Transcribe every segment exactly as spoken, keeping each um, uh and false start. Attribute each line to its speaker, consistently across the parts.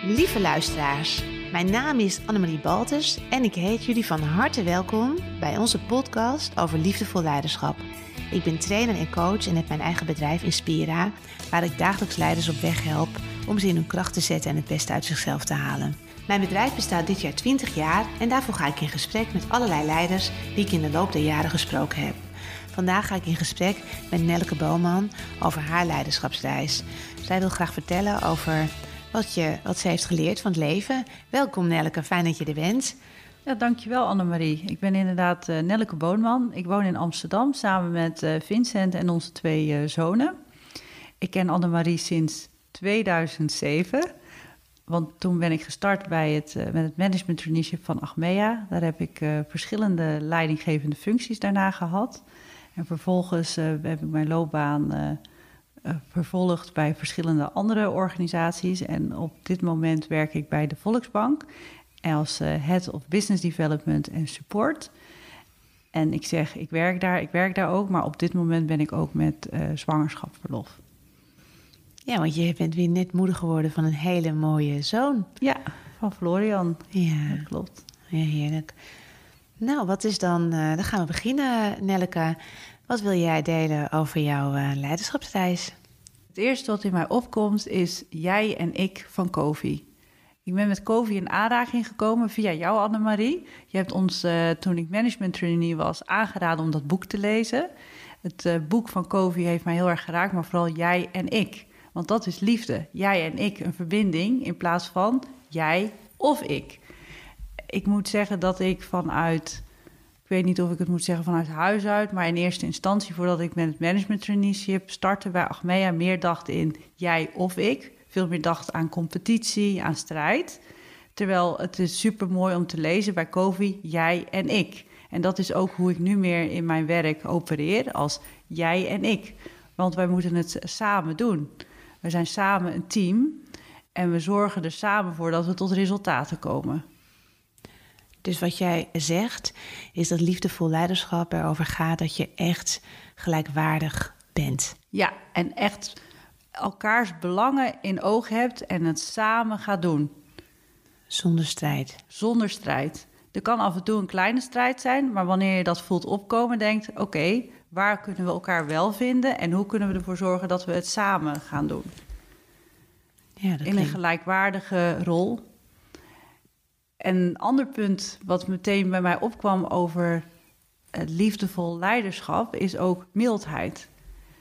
Speaker 1: Lieve luisteraars, mijn naam is Annemarie Baltus en ik heet jullie van harte welkom bij onze podcast over liefdevol leiderschap. Ik ben trainer en coach en heb mijn eigen bedrijf Inspira, waar ik dagelijks leiders op weg help om ze in hun kracht te zetten en het beste uit zichzelf te halen. Mijn bedrijf bestaat dit jaar twintig jaar en daarvoor ga ik in gesprek met allerlei leiders die ik in de loop der jaren gesproken heb. Vandaag ga ik in gesprek met Nelleke Boman over haar leiderschapsreis. Zij wil graag vertellen over wat, je, wat ze heeft geleerd van het leven. Welkom Nelleke, fijn dat je er bent.
Speaker 2: Ja, dankjewel Annemarie. Ik ben inderdaad uh, Nelleke Boman. Ik woon in Amsterdam samen met uh, Vincent en onze twee uh, zonen. Ik ken Annemarie sinds tweeduizend zeven. Want toen ben ik gestart bij het, uh, met het management traineeship van Achmea. Daar heb ik uh, verschillende leidinggevende functies daarna gehad. En vervolgens uh, heb ik mijn loopbaan uh, uh, vervolgd bij verschillende andere organisaties. En op dit moment werk ik bij de Volksbank als uh, Head of Business Development en Support. En ik zeg, ik werk daar, ik werk daar ook, maar op dit moment ben ik ook met uh, zwangerschapsverlof.
Speaker 1: Ja, want je bent weer net moeder geworden van een hele mooie zoon.
Speaker 2: Ja, van Florian.
Speaker 1: Ja,
Speaker 2: dat klopt.
Speaker 1: Ja, heerlijk. Nou, wat is dan... Uh, dan gaan we beginnen, Nelleke. Wat wil jij delen over jouw uh, leiderschapsreis?
Speaker 2: Het eerste wat in mij opkomt is jij en ik van Covey. Ik ben met Covey in aanraking gekomen via jou, Annemarie. Je hebt ons, uh, toen ik management trainee was, aangeraden om dat boek te lezen. Het uh, boek van Covey heeft mij heel erg geraakt, maar vooral jij en ik. Want dat is liefde. Jij en ik, een verbinding in plaats van jij of ik. Ik moet zeggen dat ik vanuit, ik weet niet of ik het moet zeggen vanuit huis uit, maar in eerste instantie voordat ik met het management traineeship startte bij Achmea, meer dacht in jij of ik. Veel meer dacht aan competitie, aan strijd. Terwijl het is super mooi om te lezen bij Covey, jij en ik. En dat is ook hoe ik nu meer in mijn werk opereer als jij en ik. Want wij moeten het samen doen. We zijn samen een team en we zorgen er samen voor dat we tot resultaten komen.
Speaker 1: Dus wat jij zegt, is dat liefdevol leiderschap erover gaat dat je echt gelijkwaardig bent.
Speaker 2: Ja, en echt elkaars belangen in oog hebt en het samen gaat doen.
Speaker 1: Zonder strijd.
Speaker 2: Zonder strijd. Er kan af en toe een kleine strijd zijn, maar wanneer je dat voelt opkomen, denkt, oké, okay, waar kunnen we elkaar wel vinden en hoe kunnen we ervoor zorgen dat we het samen gaan doen?
Speaker 1: Ja, dat
Speaker 2: in
Speaker 1: klinkt...
Speaker 2: een gelijkwaardige rol. En een ander punt wat meteen bij mij opkwam over het liefdevol leiderschap is ook mildheid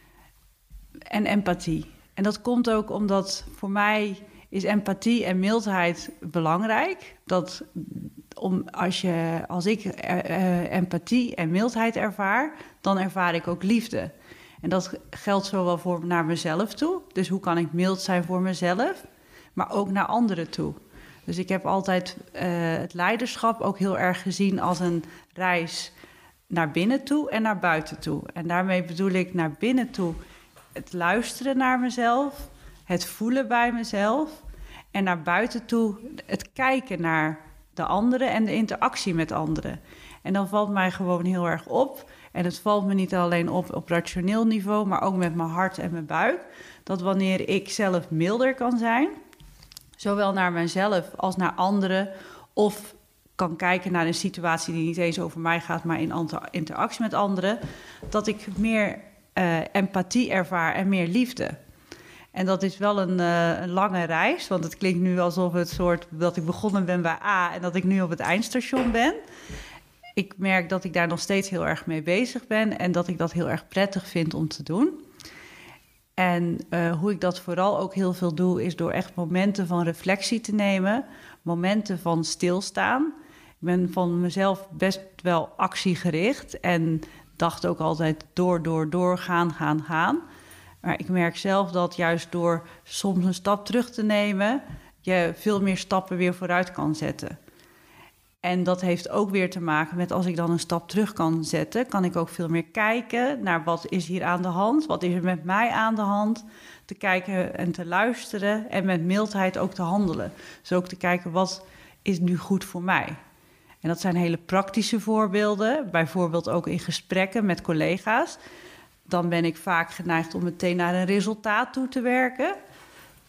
Speaker 2: en empathie. En dat komt ook omdat voor mij is empathie en mildheid belangrijk. Dat om, als, je, als ik uh, empathie en mildheid ervaar, dan ervaar ik ook liefde. En dat geldt zowel voor naar mezelf toe. Dus hoe kan ik mild zijn voor mezelf, maar ook naar anderen toe. Dus ik heb altijd uh, het leiderschap ook heel erg gezien als een reis naar binnen toe en naar buiten toe. En daarmee bedoel ik naar binnen toe het luisteren naar mezelf, het voelen bij mezelf en naar buiten toe het kijken naar de anderen en de interactie met anderen. En dan valt mij gewoon heel erg op, en het valt me niet alleen op op rationeel niveau, maar ook met mijn hart en mijn buik, dat wanneer ik zelf milder kan zijn, zowel naar mezelf als naar anderen, of kan kijken naar een situatie die niet eens over mij gaat, maar in interactie met anderen, dat ik meer uh, empathie ervaar en meer liefde. En dat is wel een, uh, een lange reis, want het klinkt nu alsof het soort dat ik begonnen ben bij A en dat ik nu op het eindstation ben. Ik merk dat ik daar nog steeds heel erg mee bezig ben en dat ik dat heel erg prettig vind om te doen. En uh, hoe ik dat vooral ook heel veel doe, is door echt momenten van reflectie te nemen, momenten van stilstaan. Ik ben van mezelf best wel actiegericht en dacht ook altijd door, door, door, gaan, gaan, gaan. Maar ik merk zelf dat juist door soms een stap terug te nemen, je veel meer stappen weer vooruit kan zetten. En dat heeft ook weer te maken met als ik dan een stap terug kan zetten, kan ik ook veel meer kijken naar wat is hier aan de hand, wat is er met mij aan de hand, te kijken en te luisteren en met mildheid ook te handelen. Dus ook te kijken wat is nu goed voor mij. En dat zijn hele praktische voorbeelden, bijvoorbeeld ook in gesprekken met collega's. Dan ben ik vaak geneigd om meteen naar een resultaat toe te werken.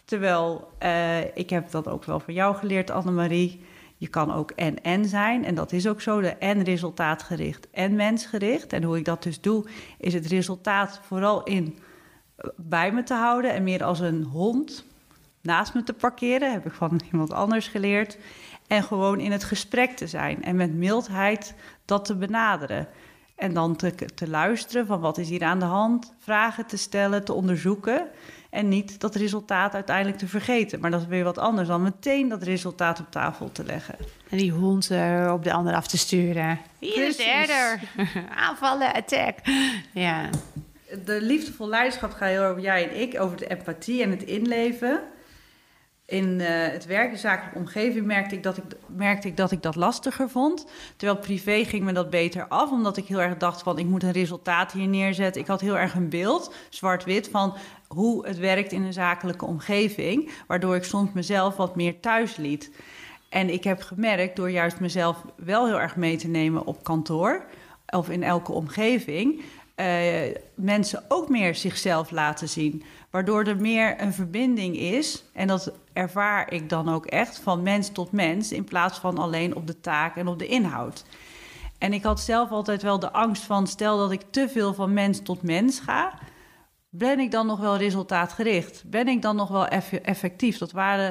Speaker 2: Terwijl, uh, ik heb dat ook wel van jou geleerd, Annemarie. Je kan ook en-en zijn. En dat is ook zo, de en resultaatgericht en mensgericht. En hoe ik dat dus doe, is het resultaat vooral in bij me te houden. En meer als een hond naast me te parkeren. Heb ik van iemand anders geleerd. En gewoon in het gesprek te zijn. En met mildheid dat te benaderen. En dan te, te luisteren van wat is hier aan de hand. Vragen te stellen, te onderzoeken. En niet dat resultaat uiteindelijk te vergeten. Maar dat is weer wat anders dan meteen dat resultaat op tafel te leggen.
Speaker 1: En die hond uh, op de ander af te sturen. Hier
Speaker 2: Precies.
Speaker 1: is de herder. Aanvallen, attack. Ja.
Speaker 2: De liefdevol leiderschap gaat heel over jij en ik. Over de empathie en het inleven. In uh, het werk, de zakelijke omgeving, merkte ik, dat ik, merkte ik dat ik dat lastiger vond. Terwijl privé ging me dat beter af. Omdat ik heel erg dacht van, ik moet een resultaat hier neerzetten. Ik had heel erg een beeld, zwart-wit, van hoe het werkt in een zakelijke omgeving. Waardoor ik soms mezelf wat meer thuis liet. En ik heb gemerkt, door juist mezelf wel heel erg mee te nemen op kantoor, of in elke omgeving, uh, mensen ook meer zichzelf laten zien. Waardoor er meer een verbinding is. En dat ervaar ik dan ook echt van mens tot mens, in plaats van alleen op de taak en op de inhoud. En ik had zelf altijd wel de angst van, stel dat ik te veel van mens tot mens ga, ben ik dan nog wel resultaatgericht? Ben ik dan nog wel eff- effectief? Dat waren,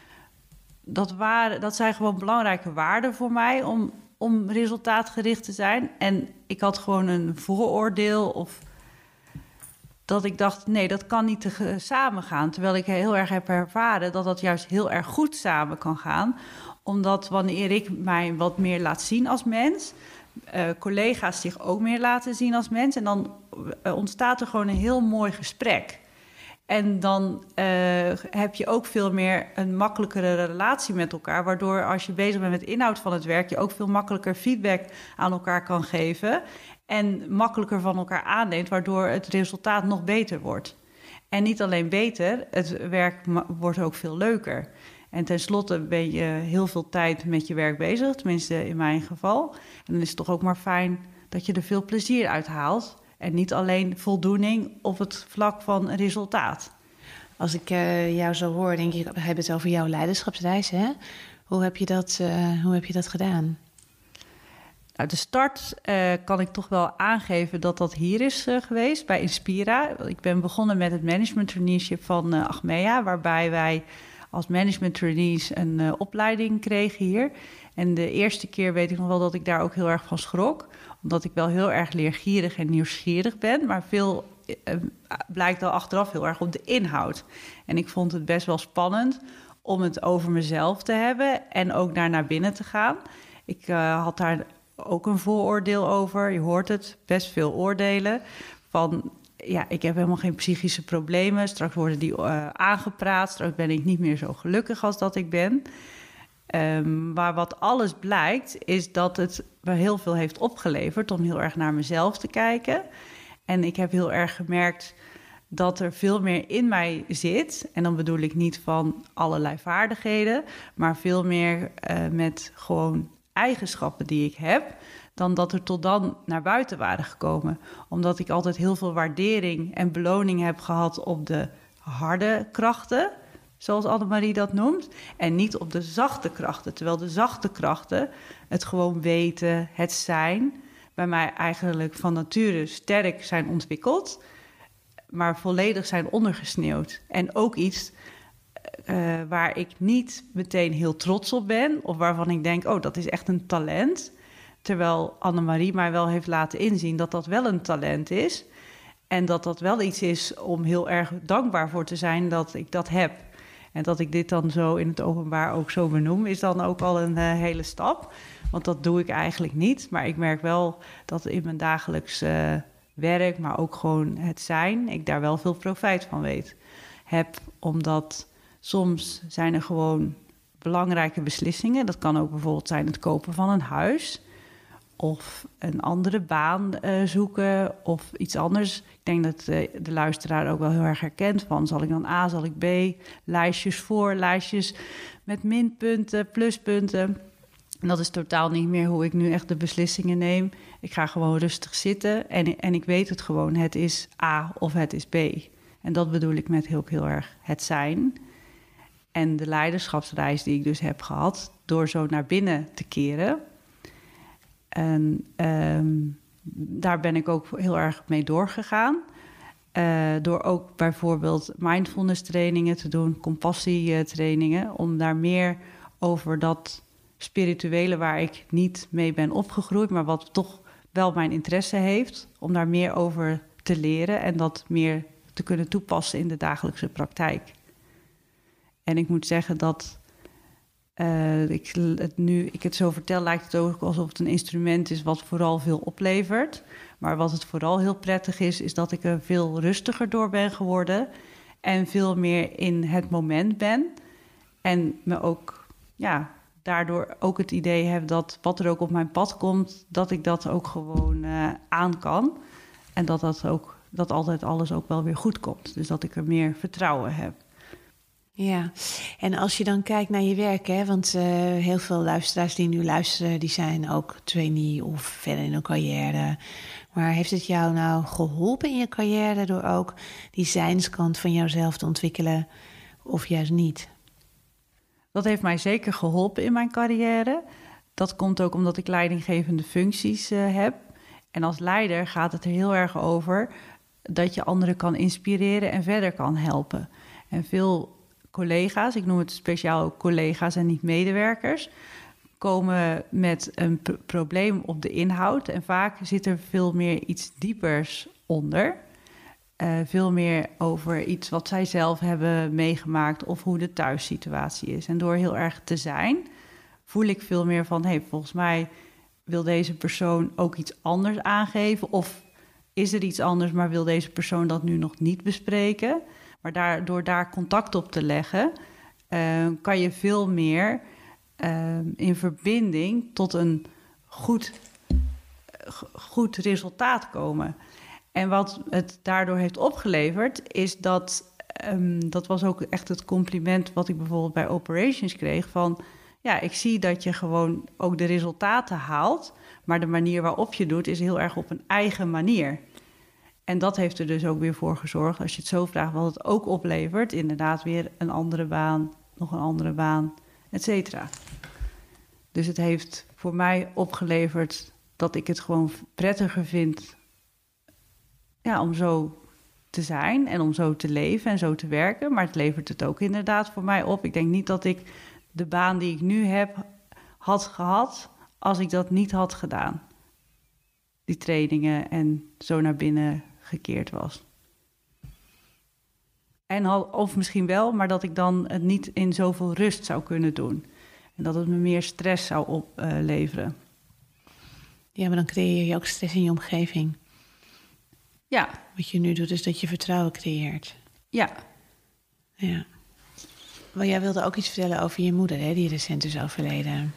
Speaker 2: dat waren, dat zijn gewoon belangrijke waarden voor mij om, om resultaatgericht te zijn. En ik had gewoon een vooroordeel of dat ik dacht, nee, dat kan niet te samen gaan. Terwijl ik heel erg heb ervaren dat dat juist heel erg goed samen kan gaan. Omdat wanneer ik mij wat meer laat zien als mens, uh, collega's zich ook meer laten zien als mens, en dan uh, ontstaat er gewoon een heel mooi gesprek. En dan uh, heb je ook veel meer een makkelijkere relatie met elkaar, waardoor als je bezig bent met de inhoud van het werk, je ook veel makkelijker feedback aan elkaar kan geven en makkelijker van elkaar aanneemt, waardoor het resultaat nog beter wordt. En niet alleen beter, het werk ma- wordt ook veel leuker. En tenslotte ben je heel veel tijd met je werk bezig, tenminste in mijn geval. En dan is het toch ook maar fijn dat je er veel plezier uit haalt en niet alleen voldoening op het vlak van resultaat.
Speaker 1: Als ik uh, jou zo hoor, denk ik, we hebben het over jouw leiderschapsreis, hè? Hoe heb je dat, uh, hoe heb je dat gedaan?
Speaker 2: Nou, de start uh, kan ik toch wel aangeven dat dat hier is uh, geweest, bij Inspira. Ik ben begonnen met het management traineeship van uh, Achmea, waarbij wij als management trainees een uh, opleiding kregen hier. En de eerste keer weet ik nog wel dat ik daar ook heel erg van schrok, omdat ik wel heel erg leergierig en nieuwsgierig ben, maar veel uh, blijkt al achteraf heel erg op de inhoud. En ik vond het best wel spannend om het over mezelf te hebben en ook daar naar binnen te gaan. Ik uh, had daar ook een vooroordeel over. Je hoort het, best veel oordelen. Van, ja, ik heb helemaal geen psychische problemen. Straks worden die uh, aangepraat. Straks ben ik niet meer zo gelukkig als dat ik ben. Um, maar wat alles blijkt, is dat het me heel veel heeft opgeleverd om heel erg naar mezelf te kijken. En ik heb heel erg gemerkt dat er veel meer in mij zit. En dan bedoel ik niet van allerlei vaardigheden, maar veel meer uh, met gewoon eigenschappen die ik heb, dan dat er tot dan naar buiten waren gekomen. Omdat ik altijd heel veel waardering en beloning heb gehad op de harde krachten, zoals Annemarie dat noemt, en niet op de zachte krachten. Terwijl de zachte krachten, het gewoon weten, het zijn, bij mij eigenlijk van nature sterk zijn ontwikkeld, maar volledig zijn ondergesneeuwd. En ook iets Uh, waar ik niet meteen heel trots op ben, of waarvan ik denk, oh, dat is echt een talent. Terwijl Annemarie mij wel heeft laten inzien dat dat wel een talent is. En dat dat wel iets is om heel erg dankbaar voor te zijn dat ik dat heb. En dat ik dit dan zo in het openbaar ook zo benoem, is dan ook al een uh, hele stap. Want dat doe ik eigenlijk niet. Maar ik merk wel dat in mijn dagelijks uh, werk, maar ook gewoon het zijn, ik daar wel veel profijt van weet. Heb, omdat soms zijn er gewoon belangrijke beslissingen. Dat kan ook bijvoorbeeld zijn het kopen van een huis, of een andere baan uh, zoeken, of iets anders. Ik denk dat uh, de luisteraar ook wel heel erg herkent van, zal ik dan A, zal ik B, lijstjes voor, lijstjes met minpunten, pluspunten. En dat is totaal niet meer hoe ik nu echt de beslissingen neem. Ik ga gewoon rustig zitten en, en ik weet het gewoon, het is A of het is B. En dat bedoel ik met heel, heel erg het zijn. En de leiderschapsreis die ik dus heb gehad, door zo naar binnen te keren. En um, daar ben ik ook heel erg mee doorgegaan. Uh, door ook bijvoorbeeld mindfulness trainingen te doen, compassietrainingen, om daar meer over dat spirituele waar ik niet mee ben opgegroeid, maar wat toch wel mijn interesse heeft, om daar meer over te leren en dat meer te kunnen toepassen in de dagelijkse praktijk. En ik moet zeggen dat uh, ik het nu ik het zo vertel, lijkt het ook alsof het een instrument is wat vooral veel oplevert. Maar wat het vooral heel prettig is, is dat ik er veel rustiger door ben geworden en veel meer in het moment ben. En me ook, ja, daardoor ook het idee heb dat wat er ook op mijn pad komt, dat ik dat ook gewoon uh, aan kan. En dat dat ook, dat altijd alles ook wel weer goed komt. Dus dat ik er meer vertrouwen heb.
Speaker 1: Ja, en als je dan kijkt naar je werk, hè, want uh, heel veel luisteraars die nu luisteren, die zijn ook trainee of verder in hun carrière. Maar heeft het jou nou geholpen in je carrière door ook die zijnskant van jouzelf te ontwikkelen of juist niet?
Speaker 2: Dat heeft mij zeker geholpen in mijn carrière. Dat komt ook omdat ik leidinggevende functies uh, heb. En als leider gaat het er heel erg over dat je anderen kan inspireren en verder kan helpen. En veel collega's, ik noem het speciaal ook collega's en niet medewerkers, komen met een p- probleem op de inhoud. En vaak zit er veel meer iets diepers onder. Uh, veel meer over iets wat zij zelf hebben meegemaakt of hoe de thuissituatie is. En door heel erg te zijn, voel ik veel meer van, hey, volgens mij wil deze persoon ook iets anders aangeven. Of is er iets anders, maar wil deze persoon dat nu nog niet bespreken? Maar daar, door daar contact op te leggen, uh, kan je veel meer uh, in verbinding tot een goed, g- goed resultaat komen. En wat het daardoor heeft opgeleverd, is dat, um, dat was ook echt het compliment wat ik bijvoorbeeld bij Operations kreeg, van ja, ik zie dat je gewoon ook de resultaten haalt, maar de manier waarop je doet is heel erg op een eigen manier. En dat heeft er dus ook weer voor gezorgd, als je het zo vraagt, wat het ook oplevert, inderdaad weer een andere baan, nog een andere baan, et cetera. Dus het heeft voor mij opgeleverd dat ik het gewoon prettiger vind, ja, om zo te zijn en om zo te leven en zo te werken. Maar het levert het ook inderdaad voor mij op. Ik denk niet dat ik de baan die ik nu heb had gehad als ik dat niet had gedaan. Die trainingen en zo naar binnen gekeerd was. En al, of misschien wel, maar dat ik dan het niet in zoveel rust zou kunnen doen. En dat het me meer stress zou opleveren. Uh,
Speaker 1: ja, maar dan creëer je ook stress in je omgeving.
Speaker 2: Ja.
Speaker 1: Wat je nu doet is dat je vertrouwen creëert.
Speaker 2: Ja.
Speaker 1: Ja. Maar jij wilde ook iets vertellen over je moeder, hè, die recent is overleden.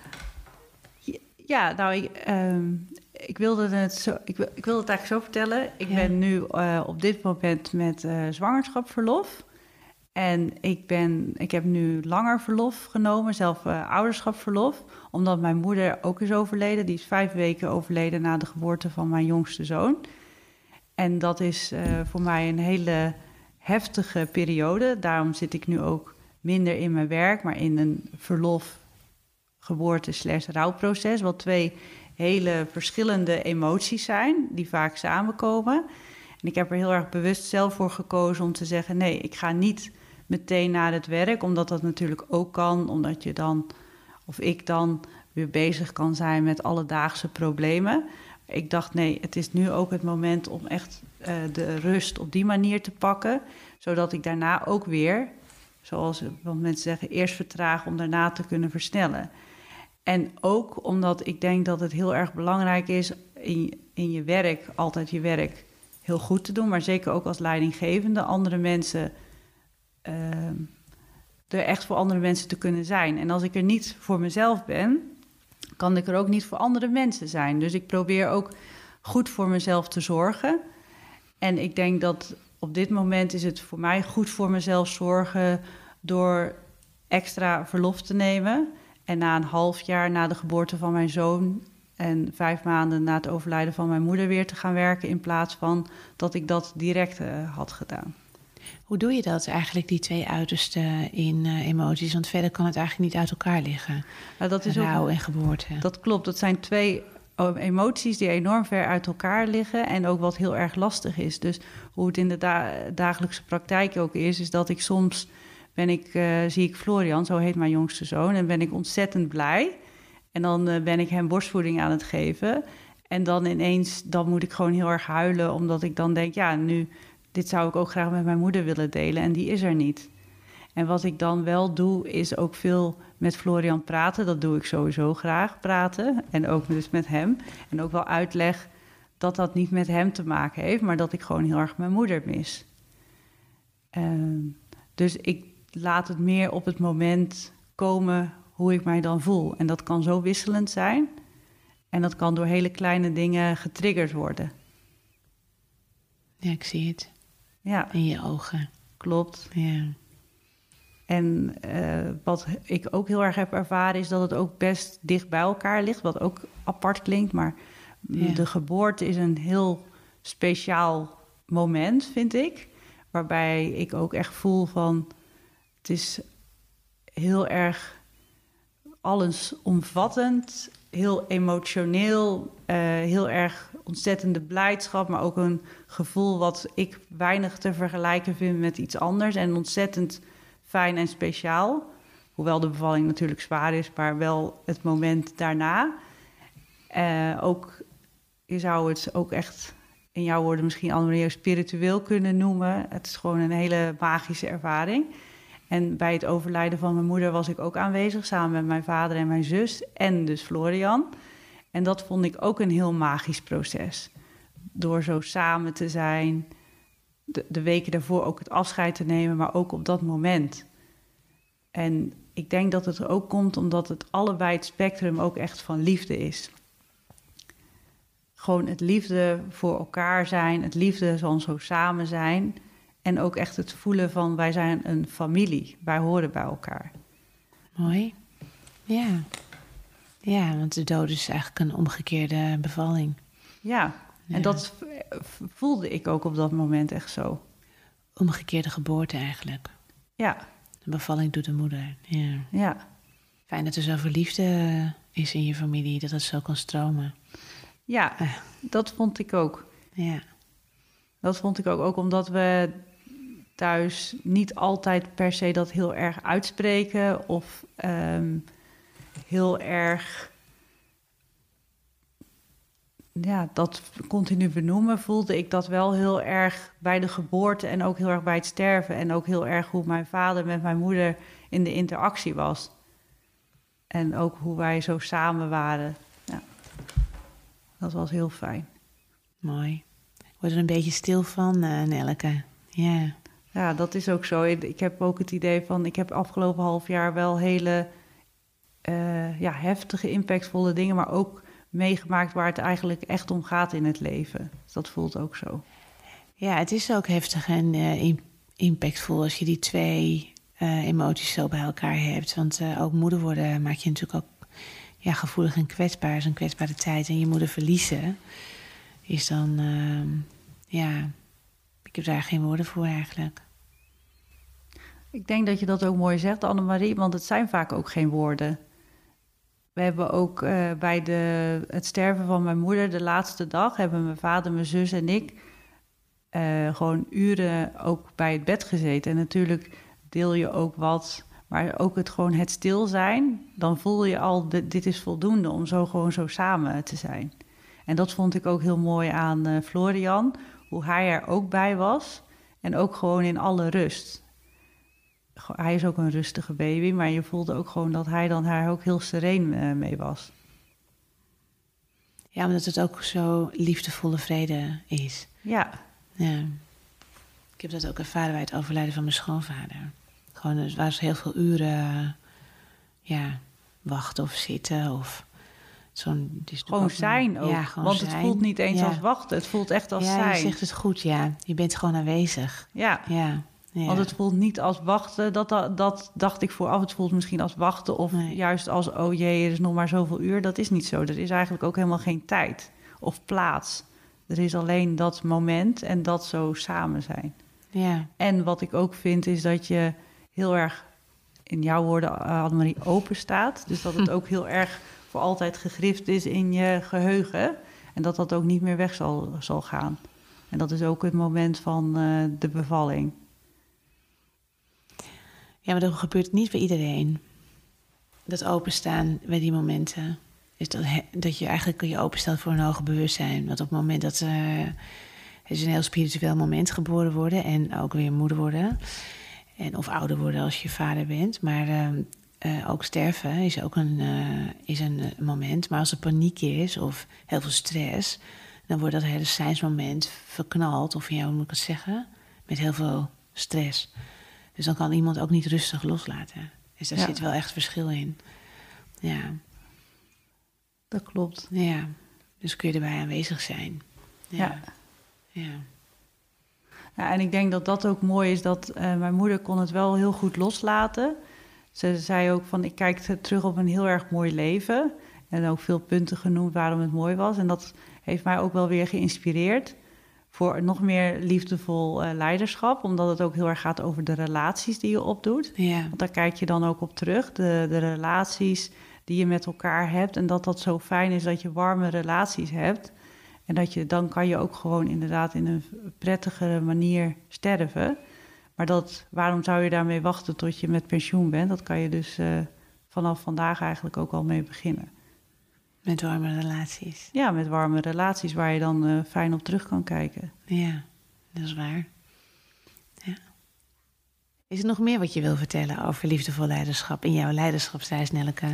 Speaker 2: Ja, nou, ik, uh, ik, wilde het zo, ik, ik wilde het eigenlijk zo vertellen. Ik ja. ben nu uh, op dit moment met uh, zwangerschapsverlof. En ik, ben, ik heb nu langer verlof genomen, zelf uh, ouderschapsverlof. Omdat mijn moeder ook is overleden. Die is vijf weken overleden na de geboorte van mijn jongste zoon. En dat is uh, voor mij een hele heftige periode. Daarom zit ik nu ook minder in mijn werk, maar in een verlof, geboorte slash rouwproces. Wat twee hele verschillende emoties zijn, die vaak samenkomen. En ik heb er heel erg bewust zelf voor gekozen om te zeggen, nee, ik ga niet meteen naar het werk, omdat dat natuurlijk ook kan, omdat je dan, of ik dan, weer bezig kan zijn met alledaagse problemen. Ik dacht, nee, het is nu ook het moment om echt uh, de rust op die manier te pakken, zodat ik daarna ook weer, zoals wat mensen zeggen, eerst vertragen om daarna te kunnen versnellen. En ook omdat ik denk dat het heel erg belangrijk is in, in je werk, altijd je werk heel goed te doen, maar zeker ook als leidinggevende, andere mensen, uh, er echt voor andere mensen te kunnen zijn. En als ik er niet voor mezelf ben, kan ik er ook niet voor andere mensen zijn. Dus ik probeer ook goed voor mezelf te zorgen. En ik denk dat op dit moment is het voor mij goed voor mezelf zorgen door extra verlof te nemen. En na een half jaar na de geboorte van mijn zoon en vijf maanden na het overlijden van mijn moeder weer te gaan werken, in plaats van dat ik dat direct uh, had gedaan.
Speaker 1: Hoe doe je dat eigenlijk, die twee uitersten in uh, emoties? Want verder kan het eigenlijk niet uit elkaar liggen.
Speaker 2: Nou, dat is
Speaker 1: rouw
Speaker 2: ook,
Speaker 1: en geboorte.
Speaker 2: Dat klopt, dat zijn twee emoties die enorm ver uit elkaar liggen en ook wat heel erg lastig is. Dus hoe het in de da- dagelijkse praktijk ook is, is dat ik soms ben ik, uh, zie ik Florian, zo heet mijn jongste zoon, en ben ik ontzettend blij. En dan uh, ben ik hem borstvoeding aan het geven. En dan ineens, dan moet ik gewoon heel erg huilen, omdat ik dan denk, ja, nu, dit zou ik ook graag met mijn moeder willen delen en die is er niet. En wat ik dan wel doe, is ook veel met Florian praten. Dat doe ik sowieso graag, praten. En ook dus met hem. En ook wel uitleg dat dat niet met hem te maken heeft, maar dat ik gewoon heel erg mijn moeder mis. Uh, dus ik laat het meer op het moment komen hoe ik mij dan voel. En dat kan zo wisselend zijn. En dat kan door hele kleine dingen getriggerd worden.
Speaker 1: Ja, ik zie het.
Speaker 2: Ja.
Speaker 1: In je ogen.
Speaker 2: Klopt.
Speaker 1: Ja.
Speaker 2: En uh, wat ik ook heel erg heb ervaren is dat het ook best dicht bij elkaar ligt. Wat ook apart klinkt, maar ja. De geboorte is een heel speciaal moment, vind ik. Waarbij ik ook echt voel van, het is heel erg allesomvattend, heel emotioneel, uh, heel erg ontzettende blijdschap, maar ook een gevoel wat ik weinig te vergelijken vind met iets anders en ontzettend fijn en speciaal. Hoewel de bevalling natuurlijk zwaar is, maar wel het moment daarna. Uh, ook, je zou het ook echt in jouw woorden misschien Annemarie spiritueel kunnen noemen. Het is gewoon een hele magische ervaring. En bij het overlijden van mijn moeder was ik ook aanwezig, samen met mijn vader en mijn zus en dus Florian. En dat vond ik ook een heel magisch proces. Door zo samen te zijn, de, de weken daarvoor ook het afscheid te nemen, maar ook op dat moment. En ik denk dat het er ook komt omdat het allebei het spectrum ook echt van liefde is. Gewoon het liefde voor elkaar zijn, het liefde van zo samen zijn. En ook echt het voelen van wij zijn een familie, wij horen bij elkaar.
Speaker 1: Mooi. Ja. Ja, want de dood is eigenlijk een omgekeerde bevalling.
Speaker 2: Ja,
Speaker 1: ja.
Speaker 2: En dat voelde ik ook op dat moment echt zo.
Speaker 1: Omgekeerde geboorte eigenlijk.
Speaker 2: Ja.
Speaker 1: De bevalling doet de moeder. Ja.
Speaker 2: Ja.
Speaker 1: Fijn dat er zoveel liefde is in je familie, dat het zo kan stromen.
Speaker 2: Ja, uh. dat vond ik ook.
Speaker 1: Ja.
Speaker 2: Dat vond ik ook, ook omdat we thuis niet altijd per se dat heel erg uitspreken of um, heel erg, ja, dat continu benoemen, voelde ik dat wel heel erg bij de geboorte en ook heel erg bij het sterven en ook heel erg hoe mijn vader met mijn moeder in de interactie was. En ook hoe wij zo samen waren. Ja, dat was heel fijn.
Speaker 1: Mooi. Word er een beetje stil van, uh, Nelleke. Ja.
Speaker 2: Ja, dat is ook zo. Ik heb ook het idee van, ik heb afgelopen half jaar wel hele uh, ja, heftige, impactvolle dingen, maar ook meegemaakt waar het eigenlijk echt om gaat in het leven. Dus dat voelt ook zo.
Speaker 1: Ja, het is ook heftig en uh, impactvol als je die twee uh, emoties zo bij elkaar hebt. Want uh, ook moeder worden maakt je natuurlijk ook ja, gevoelig en kwetsbaar. Zo'n kwetsbare tijd en je moeder verliezen is dan, uh, ja, ik heb daar geen woorden voor eigenlijk.
Speaker 2: Ik denk dat je dat ook mooi zegt, Annemarie, want het zijn vaak ook geen woorden. We hebben ook uh, bij de, het sterven van mijn moeder, de laatste dag, hebben mijn vader, mijn zus en ik uh, gewoon uren ook bij het bed gezeten. En natuurlijk deel je ook wat, maar ook het gewoon het stil zijn, dan voel je al, de, dit is voldoende om zo gewoon zo samen te zijn. En dat vond ik ook heel mooi aan uh, Florian, hoe hij er ook bij was en ook gewoon in alle rust. Hij is ook een rustige baby, maar je voelde ook gewoon dat hij dan daar ook heel sereen uh, mee was.
Speaker 1: Ja, omdat het ook zo liefdevolle vrede is.
Speaker 2: Ja.
Speaker 1: Ja. Ik heb dat ook ervaren bij het overlijden van mijn schoonvader. Gewoon, er was heel veel uren ja, wachten of zitten of zo'n... Het is
Speaker 2: gewoon zijn ook,
Speaker 1: ja, gewoon
Speaker 2: want
Speaker 1: zijn.
Speaker 2: Het voelt niet eens
Speaker 1: ja.
Speaker 2: als wachten, het voelt echt als
Speaker 1: ja,
Speaker 2: zijn.
Speaker 1: Ja, je zegt het goed, ja. Je bent gewoon aanwezig.
Speaker 2: Ja.
Speaker 1: Ja. Ja.
Speaker 2: Want het voelt niet als wachten, dat, dat, dat dacht ik vooraf. Het voelt misschien als wachten of nee. juist als, oh jee, er is nog maar zoveel uur. Dat is niet zo. Er is eigenlijk ook helemaal geen tijd of plaats. Er is alleen dat moment en dat zo samen zijn.
Speaker 1: Ja.
Speaker 2: En wat ik ook vind is dat je heel erg, in jouw woorden, uh, Annemarie, open staat. Dus dat het ook heel erg voor altijd gegrift is in je geheugen. En dat dat ook niet meer weg zal, zal gaan. En dat is ook het moment van uh, de bevalling.
Speaker 1: Ja, maar dat gebeurt niet bij iedereen. Dat openstaan bij die momenten. Dus dat, dat je eigenlijk je openstelt voor een hoger bewustzijn. Want op het moment dat... Uh, het is een heel spiritueel moment, geboren worden en ook weer moeder worden. En, of ouder worden als je vader bent. Maar uh, uh, ook sterven is ook een, uh, is een uh, moment. Maar als er paniek is of heel veel stress... dan wordt dat hele seinsmoment verknald. Of ja, hoe moet ik het zeggen? Met heel veel stress. Dus dan kan iemand ook niet rustig loslaten. Dus daar ja. zit wel echt verschil in. Ja.
Speaker 2: Dat klopt.
Speaker 1: Ja. Dus kun je erbij aanwezig zijn. Ja.
Speaker 2: Ja.
Speaker 1: Ja.
Speaker 2: Ja, en ik denk dat dat ook mooi is, dat uh, mijn moeder kon het wel heel goed loslaten. Ze zei ook van, ik kijk terug op een heel erg mooi leven. En ook veel punten genoemd waarom het mooi was. En dat heeft mij ook wel weer geïnspireerd voor nog meer liefdevol uh, leiderschap. Omdat het ook heel erg gaat over de relaties die je opdoet.
Speaker 1: Ja.
Speaker 2: Want daar kijk je dan ook op terug, de, de relaties die je met elkaar hebt. En dat dat zo fijn is dat je warme relaties hebt. En dat je, dan kan je ook gewoon inderdaad in een prettigere manier sterven. Maar dat, waarom zou je daarmee wachten tot je met pensioen bent? Dat kan je dus uh, vanaf vandaag eigenlijk ook al mee beginnen.
Speaker 1: Met warme relaties.
Speaker 2: Ja, met warme relaties waar je dan uh, fijn op terug kan kijken.
Speaker 1: Ja, dat is waar. Ja. Is er nog meer wat je wil vertellen over liefdevol leiderschap in jouw leiderschapsreis, Nelleke?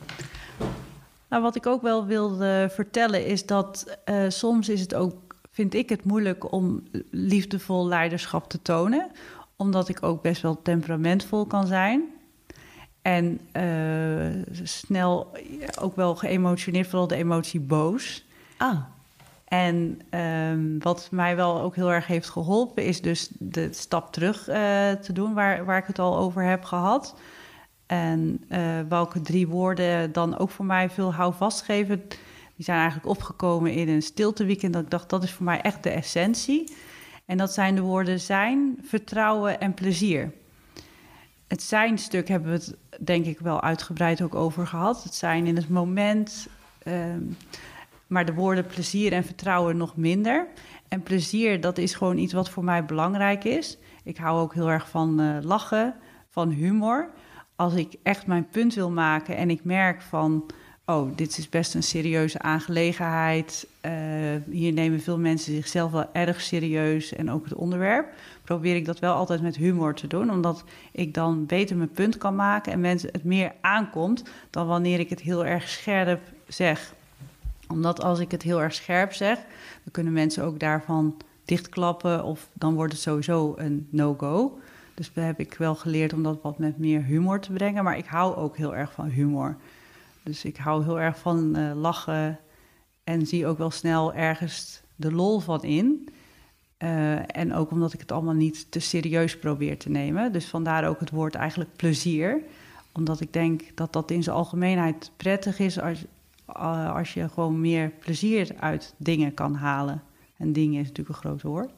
Speaker 2: Nou, wat ik ook wel wilde vertellen is dat uh, soms is het ook, vind ik het moeilijk om liefdevol leiderschap te tonen. Omdat ik ook best wel temperamentvol kan zijn. En uh, snel ook wel geëmotioneerd, vooral de emotie boos.
Speaker 1: Oh.
Speaker 2: En um, wat mij wel ook heel erg heeft geholpen is dus de stap terug uh, te doen waar, waar ik het al over heb gehad. En uh, welke drie woorden dan ook voor mij veel houvast geven, die zijn eigenlijk opgekomen in een stilteweekend. Dat ik dacht, dat is voor mij echt de essentie. En dat zijn de woorden zijn, vertrouwen en plezier. Het zijn-stuk hebben we het denk ik wel uitgebreid ook over gehad. Het zijn in het moment, um, maar de woorden plezier en vertrouwen nog minder. En plezier, dat is gewoon iets wat voor mij belangrijk is. Ik hou ook heel erg van uh, lachen, van humor. Als ik echt mijn punt wil maken en ik merk van, oh, dit is best een serieuze aangelegenheid. Uh, hier nemen veel mensen zichzelf wel erg serieus en ook het onderwerp. Probeer ik dat wel altijd met humor te doen, omdat ik dan beter mijn punt kan maken en mensen het meer aankomt dan wanneer ik het heel erg scherp zeg. Omdat als ik het heel erg scherp zeg, dan kunnen mensen ook daarvan dichtklappen of dan wordt het sowieso een no-go. Dus daar heb ik wel geleerd om dat wat met meer humor te brengen. Maar ik hou ook heel erg van humor. Dus ik hou heel erg van uh, lachen en zie ook wel snel ergens de lol van in. Uh, en ook omdat ik het allemaal niet te serieus probeer te nemen. Dus vandaar ook het woord eigenlijk plezier. Omdat ik denk dat dat in zijn algemeenheid prettig is als, uh, als je gewoon meer plezier uit dingen kan halen. En dingen is natuurlijk een groot woord.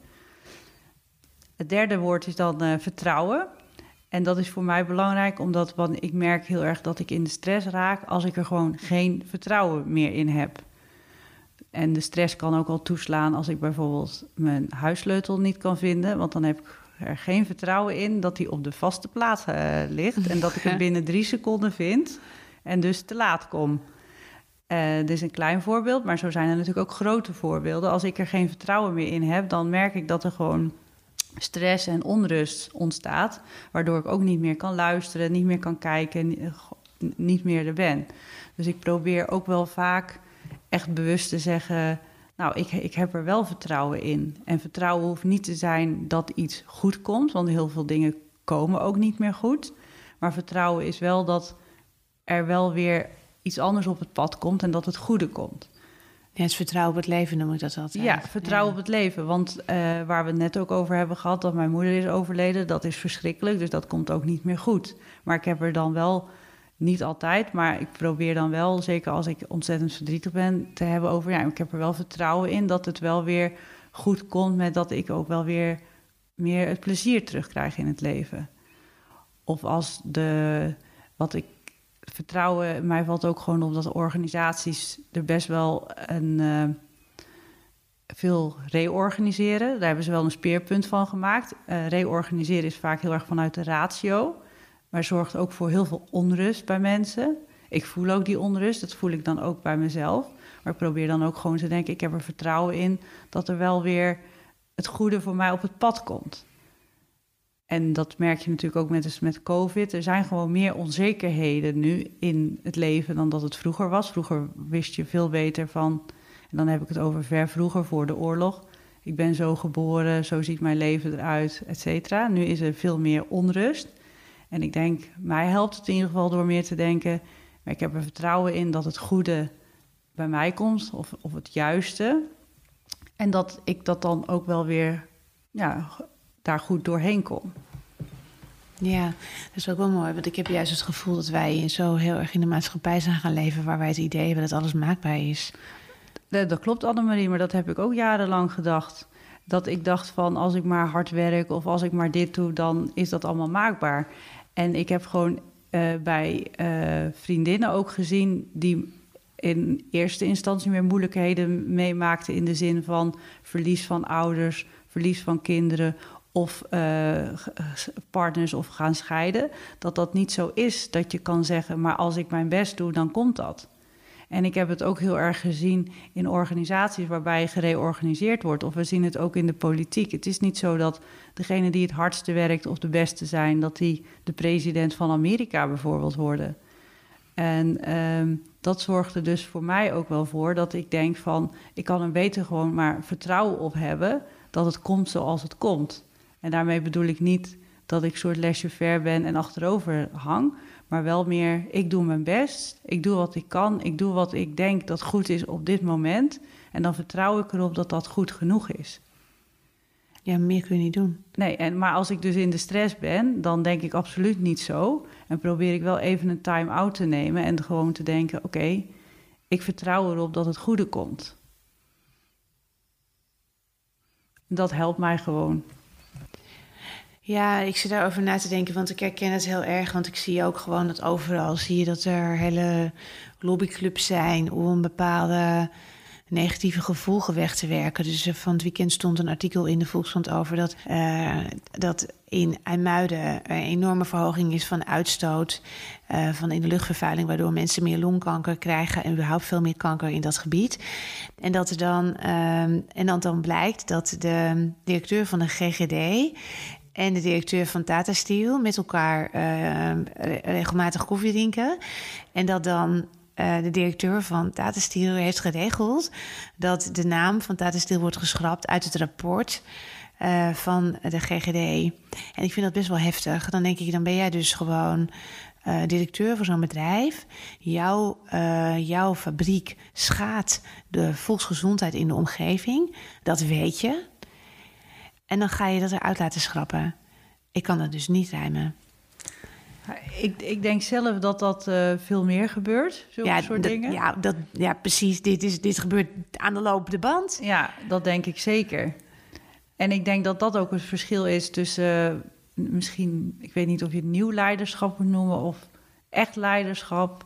Speaker 2: Het derde woord is dan uh, vertrouwen. En dat is voor mij belangrijk, omdat ik merk heel erg dat ik in de stress raak als ik er gewoon geen vertrouwen meer in heb. En de stress kan ook al toeslaan als ik bijvoorbeeld mijn huissleutel niet kan vinden, want dan heb ik er geen vertrouwen in dat die op de vaste plaats uh, ligt en dat ik het binnen drie seconden vind en dus te laat kom. Uh, dit is een klein voorbeeld, maar zo zijn er natuurlijk ook grote voorbeelden. Als ik er geen vertrouwen meer in heb, dan merk ik dat er gewoon stress en onrust ontstaat, waardoor ik ook niet meer kan luisteren, niet meer kan kijken, niet meer er ben. Dus ik probeer ook wel vaak echt bewust te zeggen, nou, ik, ik heb er wel vertrouwen in. En vertrouwen hoeft niet te zijn dat iets goed komt, want heel veel dingen komen ook niet meer goed. Maar vertrouwen is wel dat er wel weer iets anders op het pad komt en dat het goede komt.
Speaker 1: Ja, het vertrouwen op het leven noem ik dat altijd.
Speaker 2: Ja, vertrouwen ja. op het leven. Want uh, waar we het net ook over hebben gehad, dat mijn moeder is overleden, dat is verschrikkelijk. Dus dat komt ook niet meer goed. Maar ik heb er dan wel, niet altijd, maar ik probeer dan wel, zeker als ik ontzettend verdrietig ben, te hebben over, ja, ik heb er wel vertrouwen in dat het wel weer goed komt met dat ik ook wel weer meer het plezier terugkrijg in het leven. Of als de, wat ik vertrouwen, mij valt ook gewoon op dat organisaties er best wel een uh, veel reorganiseren. Daar hebben ze wel een speerpunt van gemaakt. Uh, reorganiseren is vaak heel erg vanuit de ratio, maar zorgt ook voor heel veel onrust bij mensen. Ik voel ook die onrust, dat voel ik dan ook bij mezelf. Maar ik probeer dan ook gewoon te denken, ik heb er vertrouwen in dat er wel weer het goede voor mij op het pad komt. En dat merk je natuurlijk ook met, dus met COVID. Er zijn gewoon meer onzekerheden nu in het leven dan dat het vroeger was. Vroeger wist je veel beter van, en dan heb ik het over ver vroeger, voor de oorlog. Ik ben zo geboren, zo ziet mijn leven eruit, et cetera. Nu is er veel meer onrust. En ik denk, mij helpt het in ieder geval door meer te denken, maar ik heb er vertrouwen in dat het goede bij mij komt, of, of het juiste. En dat ik dat dan ook wel weer, ja, daar goed doorheen kom.
Speaker 1: Ja, dat is ook wel mooi. Want ik heb juist het gevoel dat wij zo heel erg in de maatschappij zijn gaan leven, waar wij het idee hebben dat alles maakbaar is.
Speaker 2: Dat, dat klopt, Annemarie, maar dat heb ik ook jarenlang gedacht. Dat ik dacht van, als ik maar hard werk of als ik maar dit doe, dan is dat allemaal maakbaar. En ik heb gewoon uh, bij uh, vriendinnen ook gezien die in eerste instantie meer moeilijkheden meemaakten in de zin van verlies van ouders, verlies van kinderen of uh, partners of gaan scheiden. Dat dat niet zo is dat je kan zeggen, maar als ik mijn best doe, dan komt dat. En ik heb het ook heel erg gezien in organisaties waarbij gereorganiseerd wordt. Of we zien het ook in de politiek. Het is niet zo dat degene die het hardste werkt of de beste zijn, dat die de president van Amerika bijvoorbeeld worden. En um, dat zorgt er dus voor mij ook wel voor dat ik denk van, ik kan er beter gewoon maar vertrouwen op hebben dat het komt zoals het komt. En daarmee bedoel ik niet dat ik soort laissez-faire ben en achterover hang, maar wel meer, ik doe mijn best, ik doe wat ik kan, ik doe wat ik denk dat goed is op dit moment. En dan vertrouw ik erop dat dat goed genoeg is.
Speaker 1: Ja, meer kun je niet doen.
Speaker 2: Nee, en, maar als ik dus in de stress ben, dan denk ik absoluut niet zo. En probeer ik wel even een time-out te nemen en gewoon te denken, oké, okay, ik vertrouw erop dat het goede komt. Dat helpt mij gewoon.
Speaker 1: Ja, ik zit daarover na te denken, want ik herken het heel erg. Want ik zie ook gewoon dat overal zie je dat er hele lobbyclubs zijn om bepaalde negatieve gevolgen weg te werken. Dus uh, van het weekend stond een artikel in de Volkskrant over dat, uh, dat in IJmuiden een enorme verhoging is van uitstoot uh, van in de luchtvervuiling, waardoor mensen meer longkanker krijgen en überhaupt veel meer kanker in dat gebied. En dat er dan, uh, en dan, dan blijkt dat de directeur van de G G D en de directeur van Tata Steel met elkaar uh, regelmatig koffie drinken. En dat dan uh, de directeur van Tata Steel heeft geregeld dat de naam van Tata Steel wordt geschrapt uit het rapport uh, van de G G D. En ik vind dat best wel heftig. Dan denk ik, dan ben jij dus gewoon uh, directeur van zo'n bedrijf. Jouw, uh, jouw fabriek schaadt de volksgezondheid in de omgeving. Dat weet je. En dan ga je dat eruit laten schrappen. Ik kan dat dus niet rijmen.
Speaker 2: Ik, ik denk zelf dat dat uh, veel meer gebeurt, zulke
Speaker 1: ja,
Speaker 2: soort
Speaker 1: dat,
Speaker 2: dingen.
Speaker 1: Ja, dat, ja, precies. Dit, is, dit gebeurt aan de lopende band.
Speaker 2: Ja, dat denk ik zeker. En ik denk dat dat ook het verschil is tussen uh, misschien, ik weet niet of je het nieuw leiderschap moet noemen of echt leiderschap.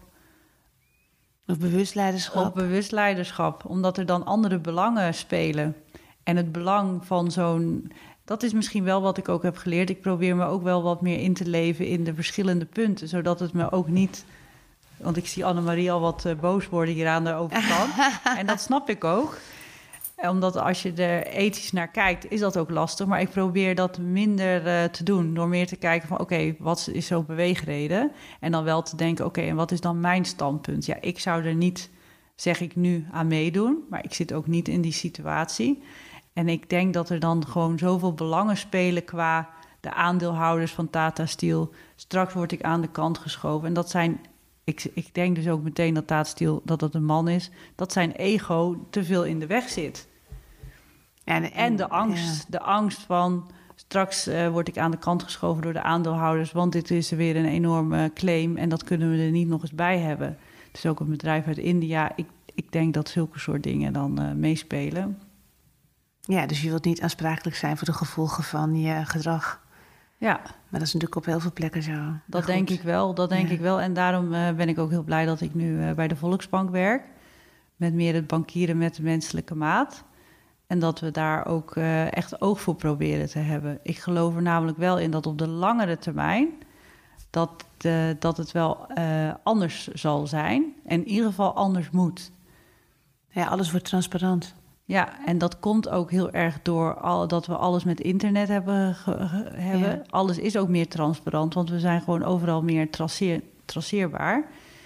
Speaker 1: Of bewust leiderschap.
Speaker 2: Of bewust leiderschap, omdat er dan andere belangen spelen. En het belang van zo'n, dat is misschien wel wat ik ook heb geleerd. Ik probeer me ook wel wat meer in te leven in de verschillende punten, zodat het me ook niet, want ik zie Annemarie al wat uh, boos worden hier aan de overkant. En dat snap ik ook. Omdat als je er ethisch naar kijkt, is dat ook lastig. Maar ik probeer dat minder uh, te doen. Door meer te kijken van, oké, okay, wat is zo'n beweegreden? En dan wel te denken, oké, okay, en wat is dan mijn standpunt? Ja, ik zou er niet, zeg ik nu, aan meedoen. Maar ik zit ook niet in die situatie. En ik denk dat er dan gewoon zoveel belangen spelen qua de aandeelhouders van Tata Steel. Straks word ik aan de kant geschoven. En dat zijn, ik, ik denk dus ook meteen dat Tata Steel, dat dat een man is, dat zijn ego te veel in de weg zit. En, en, en de angst, ja. de angst van straks uh, word ik aan de kant geschoven door de aandeelhouders, want dit is weer een enorme claim en dat kunnen we er niet nog eens bij hebben. Het is ook een bedrijf uit India. Ik, ik denk dat zulke soort dingen dan uh, meespelen.
Speaker 1: Ja, dus je wilt niet aansprakelijk zijn voor de gevolgen van je gedrag.
Speaker 2: Ja.
Speaker 1: Maar dat is natuurlijk op heel veel plekken zo.
Speaker 2: Dat denk ik wel, dat denk ja. ik wel. En daarom uh, ben ik ook heel blij dat ik nu uh, bij de Volksbank werk. Met meer het bankieren met de menselijke maat. En dat we daar ook uh, echt oog voor proberen te hebben. Ik geloof er namelijk wel in dat op de langere termijn... dat, de, dat het wel uh, anders zal zijn. En in ieder geval anders moet.
Speaker 1: Ja, alles wordt transparant.
Speaker 2: Ja, en dat komt ook heel erg door al, dat we alles met internet hebben. Ge, ge, hebben. Ja. Alles is ook meer transparant, want we zijn gewoon overal meer traceer, traceerbaar.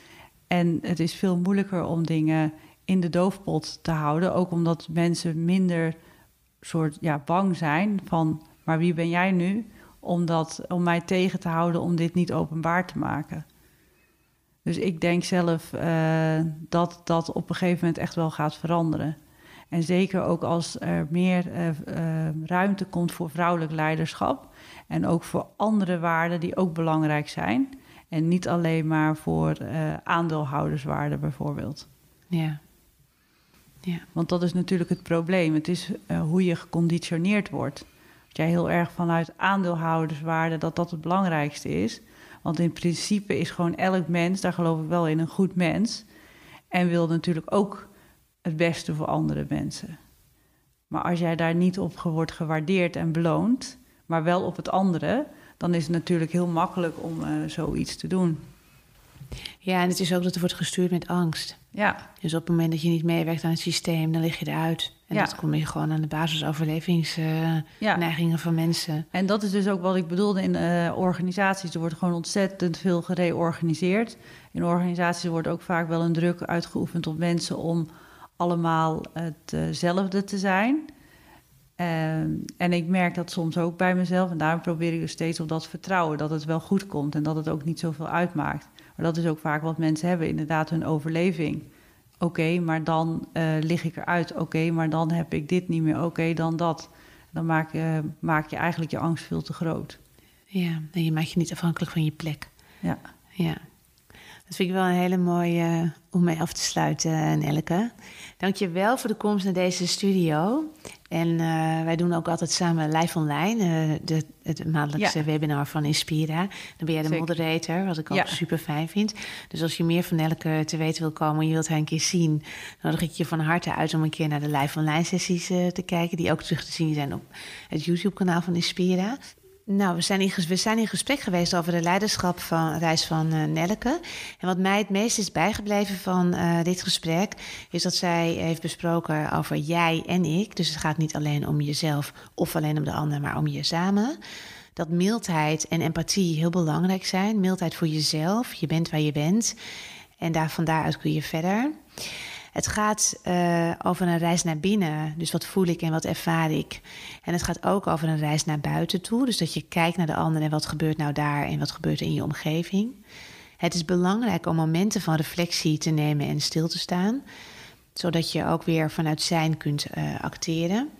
Speaker 2: En het is veel moeilijker om dingen in de doofpot te houden. Ook omdat mensen minder soort, ja, bang zijn van... maar wie ben jij nu om, dat, om mij tegen te houden om dit niet openbaar te maken? Dus ik denk zelf uh, dat dat op een gegeven moment echt wel gaat veranderen. En zeker ook als er meer uh, uh, ruimte komt voor vrouwelijk leiderschap... en ook voor andere waarden die ook belangrijk zijn... en niet alleen maar voor uh, aandeelhouderswaarden bijvoorbeeld.
Speaker 1: Ja. Ja.
Speaker 2: Want dat is natuurlijk het probleem. Het is uh, hoe je geconditioneerd wordt. Dat jij heel erg vanuit aandeelhouderswaarden... dat dat het belangrijkste is. Want in principe is gewoon elk mens... daar geloof ik wel in, een goed mens... en wil natuurlijk ook... het beste voor andere mensen. Maar als jij daar niet op wordt gewaardeerd en beloond... maar wel op het andere... dan is het natuurlijk heel makkelijk om uh, zoiets te doen.
Speaker 1: Ja, en het is ook dat er wordt gestuurd met angst.
Speaker 2: Ja.
Speaker 1: Dus op het moment dat je niet meewerkt aan het systeem... dan lig je eruit. En ja. dat kom je gewoon aan de basisoverlevingsneigingen uh, ja. van mensen.
Speaker 2: En dat is dus ook wat ik bedoelde in uh, organisaties. Er wordt gewoon ontzettend veel gereorganiseerd. In organisaties wordt ook vaak wel een druk uitgeoefend op mensen... om allemaal hetzelfde te zijn. Uh, en ik merk dat soms ook bij mezelf. En daarom probeer ik dus steeds op dat vertrouwen... dat het wel goed komt en dat het ook niet zoveel uitmaakt. Maar dat is ook vaak wat mensen hebben. Inderdaad, hun overleving. Oké, okay, maar dan uh, lig ik eruit. Oké, okay, maar dan heb ik dit niet meer. Oké, okay, dan dat. Dan maak je, maak je eigenlijk je angst veel te groot.
Speaker 1: Ja, en je maakt je niet afhankelijk van je plek.
Speaker 2: Ja.
Speaker 1: Ja. Dat vind ik wel een hele mooie uh, om mee af te sluiten, Nelleke. Dank je wel voor de komst naar deze studio. En uh, wij doen ook altijd samen live online, uh, de, het maandelijkse ja. webinar van Inspira. Dan ben jij de Zeker. moderator, wat ik ook ja. super fijn vind. Dus als je meer van Nelleke te weten wil komen en je wilt haar een keer zien... dan nodig ik je van harte uit om een keer naar de live online sessies uh, te kijken... die ook terug te zien zijn op het YouTube-kanaal van Inspira. Nou, we zijn, in, we zijn in gesprek geweest over de leiderschap van reis van uh, Nelleke. En wat mij het meest is bijgebleven van uh, dit gesprek... is dat zij heeft besproken over jij en ik. Dus het gaat niet alleen om jezelf of alleen om de ander, maar om je samen. Dat mildheid en empathie heel belangrijk zijn. Mildheid voor jezelf, je bent waar je bent. En daar, van daaruit kun je verder. Het gaat uh, over een reis naar binnen. Dus wat voel ik en wat ervaar ik. En het gaat ook over een reis naar buiten toe. Dus dat je kijkt naar de ander en wat gebeurt nou daar... en wat gebeurt er in je omgeving. Het is belangrijk om momenten van reflectie te nemen en stil te staan. Zodat je ook weer vanuit zijn kunt uh, acteren.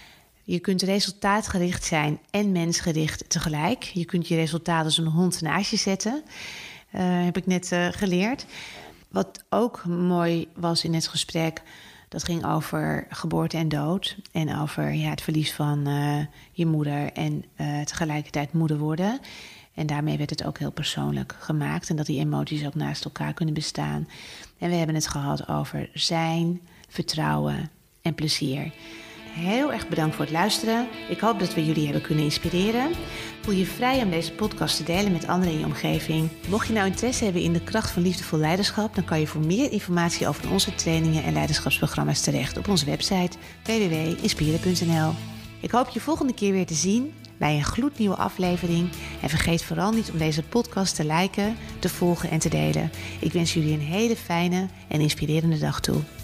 Speaker 1: Je kunt resultaatgericht zijn en mensgericht tegelijk. Je kunt je resultaat als een hond naast je zetten. Uh, heb ik net uh, geleerd. Wat ook mooi was in het gesprek, dat ging over geboorte en dood. En over ja, het verlies van uh, je moeder en uh, tegelijkertijd moeder worden. En daarmee werd het ook heel persoonlijk gemaakt. En dat die emoties ook naast elkaar kunnen bestaan. En we hebben het gehad over zijn, vertrouwen en plezier. Heel erg bedankt voor het luisteren. Ik hoop dat we jullie hebben kunnen inspireren. Voel je vrij om deze podcast te delen met anderen in je omgeving. Mocht je nou interesse hebben in de kracht van liefdevol leiderschap... dan kan je voor meer informatie over onze trainingen en leiderschapsprogramma's terecht... op onze website w w w punt inspira punt n l. Ik hoop je volgende keer weer te zien bij een gloednieuwe aflevering. En vergeet vooral niet om deze podcast te liken, te volgen en te delen. Ik wens jullie een hele fijne en inspirerende dag toe.